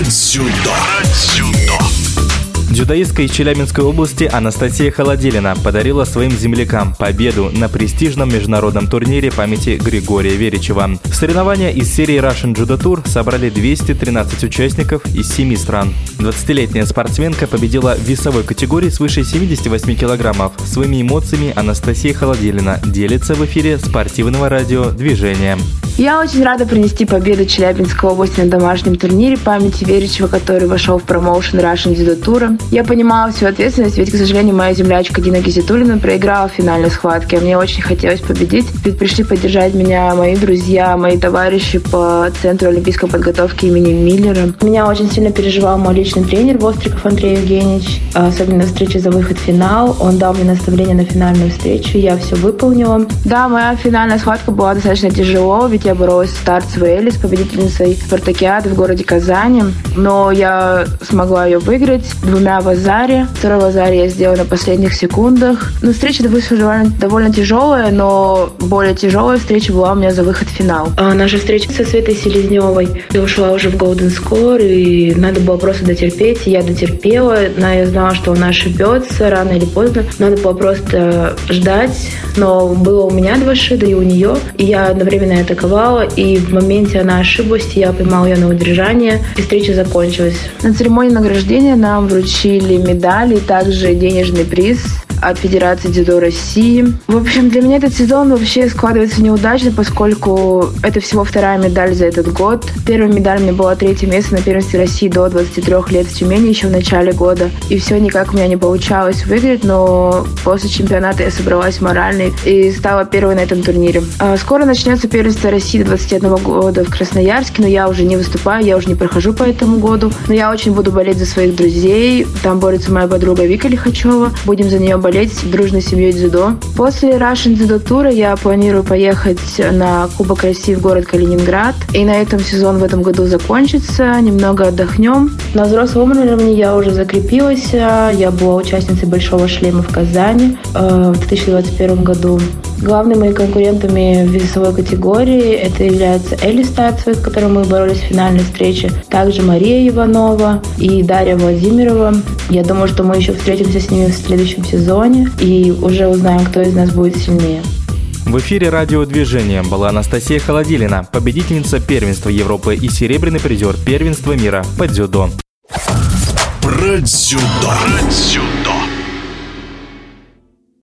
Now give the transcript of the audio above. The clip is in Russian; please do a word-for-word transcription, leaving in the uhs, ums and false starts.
Про дзюдо. Про дзюдо. Дзюдоистка из Челябинской области Анастасия Холоделина подарила своим землякам победу на престижном международном турнире памяти Григория Веричева. Соревнования из серии Russian Judo Tour собрали двести тринадцать участников из семи стран. двадцатилетняя спортсменка победила в весовой категории свыше семидесяти восьми килограммов. Своими эмоциями Анастасия Холоделина делится в эфире спортивного радио «Движение». Я очень рада принести победу Челябинской области на домашнем турнире памяти Веричева, который вошел в промоушен Russian Judo Tour. Я понимала всю ответственность, ведь, к сожалению, моя землячка Дина Гизитуллина проиграла в финальной схватке, а мне очень хотелось победить, ведь пришли поддержать меня мои друзья, мои товарищи по Центру олимпийской подготовки имени Миллера. Меня очень сильно переживал мой личный тренер Востриков Андрей Евгеньевич, особенно встреча за выход в финал. Он дал мне наставление на финальную встречу, я все выполнила. Да, моя финальная схватка была достаточно тяжело, ведь я боролась с Тарцевой Элли, с победительницей спартакиады в городе Казани, но я смогла ее выиграть двумя в азаре. Второй в азаре я сделала на последних секундах. Но встреча вышла довольно, довольно тяжелая, но более тяжелая встреча была у меня за выход в финал. А наша встреча со Светой Селезневой. Я ушла уже в Golden Score, и надо было просто дотерпеть. И я дотерпела, но я знала, что она ошибется рано или поздно. Надо было просто ждать. Но было у меня два шида и у нее. И я одновременно атаковала, и в моменте она ошиблась, я поймала ее на удержание, и встреча закончилась. На церемонии награждения нам вручили медали и также денежный приз от Федерации дзюдо России. В общем, для меня этот сезон вообще складывается неудачно, поскольку это всего вторая медаль за этот год. Первая медаль у меня была третье место на первенстве России до двадцати трёх лет в Тюмени еще в начале года. И все никак у меня не получалось выиграть, но после чемпионата я собралась морально и стала первой на этом турнире. Скоро начнется первенство России до двадцати одного года в Красноярске, но я уже не выступаю, я уже не прохожу по этому году. Но я очень буду болеть за своих друзей. Там борется моя подруга Вика Лихачева. Будем за нее болеть дружной семьей дзюдо. После Russian Judo Tour я планирую поехать на Кубок России в город Калининград. И на этом сезон в этом году закончится. Немного отдохнем. На взрослом уровне я уже закрепилась. Я была участницей Большого шлема в Казани в две тысячи двадцать первом году. Главными моими конкурентами в весовой категории это являются Элли Стацевой, с которой мы боролись в финальной встрече, также Мария Иванова и Дарья Владимирова. Я думаю, что мы еще встретимся с ними в следующем сезоне и уже узнаем, кто из нас будет сильнее. В эфире радиодвижения была Анастасия Холоделина, победительница первенства Европы и серебряный призер первенства мира по дзюдо. Про дзюдо. Про дзюдо.